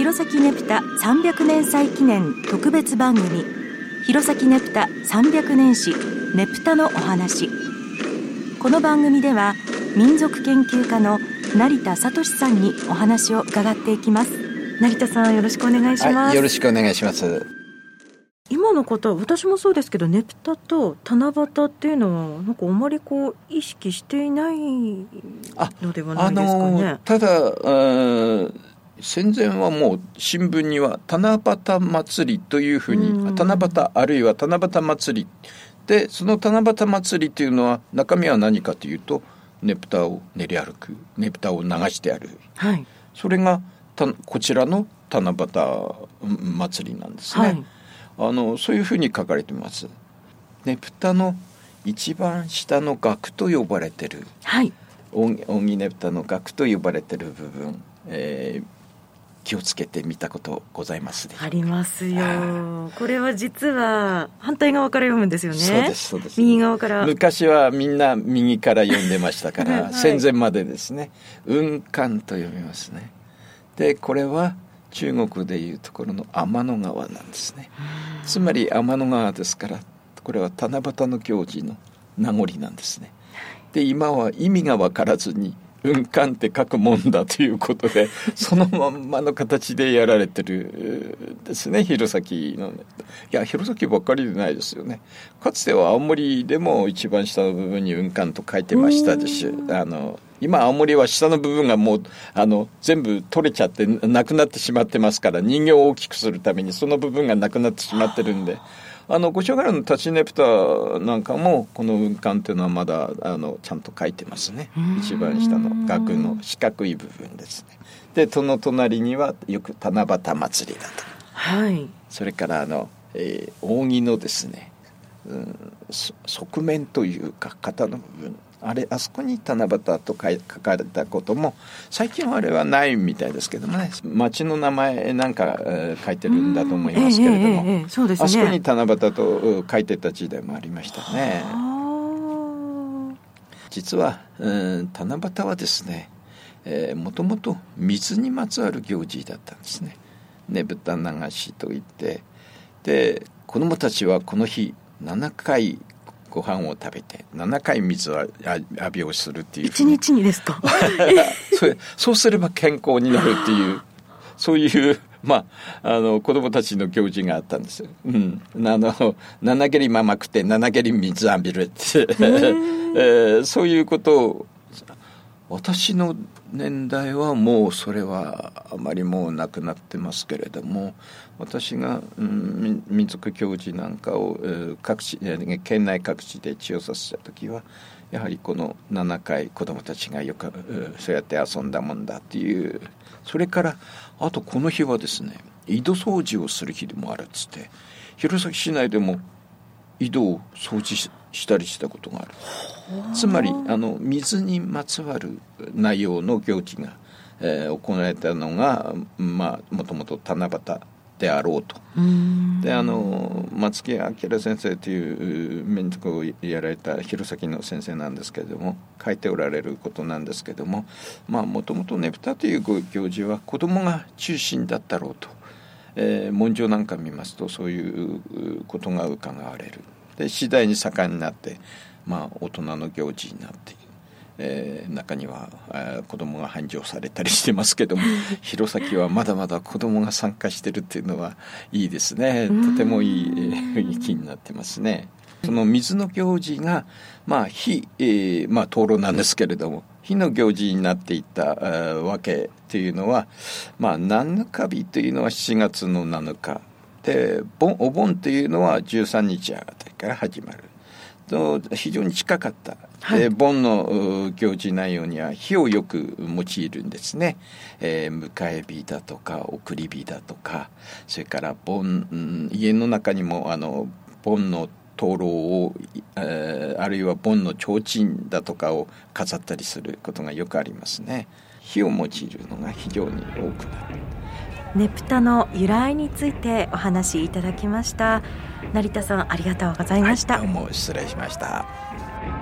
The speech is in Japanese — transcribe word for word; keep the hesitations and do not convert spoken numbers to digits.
弘前ねぷたさんびゃくねん祭記念特別番組、弘前ねぷたさんびゃくねん史ねぷたのお話。この番組では民族研究家の成田聡さんにお話を伺っていきます。成田さん、よろしくお願いします。 はい、よろしくお願いします。 今の方、私もそうですけど、ねぷたと七夕っていうのはなんかあまりこう意識していないのではないですかね。 あのただ戦前はもう新聞には七夕祭りというふうに、うん、七夕あるいは七夕祭りで、その七夕祭りというのは中身は何かというと、ねぷたを練り歩く、ねぷたを流してある、はい、それがたこちらの七夕祭りなんですね、はい、あのそういうふうに書かれています。ねぷたの一番下の額と呼ばれている、はい、扇ねぷたの額と呼ばれている部分、えー気をつけてみたことございますね。 ありますよ。これは実は反対側から読むんですよね。 そうですそうです。 右側から。 昔はみんな右から読んでましたから、はい、戦前までですね、雲巻と読みますね。でこれは中国でいうところの天の川なんですね。つまり天の川ですから、これは七夕の行事の名残なんですね。で今は意味が分からずに雲巻って書くもんだということで、そのまんまの形でやられてるですね、弘前の。いや、弘前ばっかりでないですよね。かつては青森でも一番下の部分に雲巻と書いてましたでしょ。あの今青森は下の部分がもうあの全部取れちゃってなくなってしまってますから、人形を大きくするためにその部分がなくなってしまってるんで、あの五所川原の立ちねぷたなんかもこの雲巻というのはまだあのちゃんと書いてますね。一番下の額の四角い部分ですね。でその隣にはよく七夕祭りだと、はい、それからあの、えー、扇のですね、うん、側面というか肩の部分、あれあそこに七夕と書かれたことも最近はあれはないみたいですけどもね、町の名前なんか、えー、書いてるんだと思いますけれども、えーえーえーそうですね、あそこに七夕と書いてた時代もありましたね。実は、うん、七夕はですね、えー、もともと水にまつわる行事だったんですね。ねぶた流しといって、で子どもたちはこの日ななかいご飯を食べてななかい水を浴びをするっていう。 一日にですかそ, そうすれば健康になるっていうそういう、まあ、あの子どもたちの行事があったんですよ、うん、あの七下痢ままくて七下痢水浴びるって、えー、そういうことを。私の年代はもうそれはあまりもうなくなってますけれども、私が、うん、民族行事なんかを、えー、各地県内各地で千代させた時はやはりこのななかい子どもたちがよく、えー、そうやって遊んだもんだっていう。それからあとこの日はですね、井戸掃除をする日でもあるっつって、弘前市内でも井戸を掃除ししたりしたことがある。つまりあの水にまつわる内容の行事が、えー、行われたのが、まあ、もともと七夕であろうと。であの松木明先生という民族をやられた弘前の先生なんですけれども、書いておられることなんですけれども、もともとねぷたという行事は子どもが中心だったろうと、えー、文書なんか見ますとそういうことが伺われる。で次第に盛んになって、まあ、大人の行事になって、えー、中には、えー、子供が繁盛されたりしてますけども弘前はまだまだ子供が参加してるっていうのはいいですね。とてもいい雰囲気になってますね。その水の行事が、まあ火、えーまあ、灯籠なんですけれども火の行事になっていったわけというのは、まあ、七日日というのはしちがつのなのかで、お盆というのはじゅうさんにちあたりから始まると非常に近かった、はい、で盆の行事内容には火をよく用いるんですね、えー、迎え火だとか送り火だとか、それから盆、うん、家の中にもあの盆の灯籠を、えー、あるいは盆の提灯だとかを飾ったりすることがよくありますね。火を用いるのが非常に多くなる。 ねぷたの由来についてお話しいただきました。成田さん、ありがとうございました。 はい、どうも失礼しました。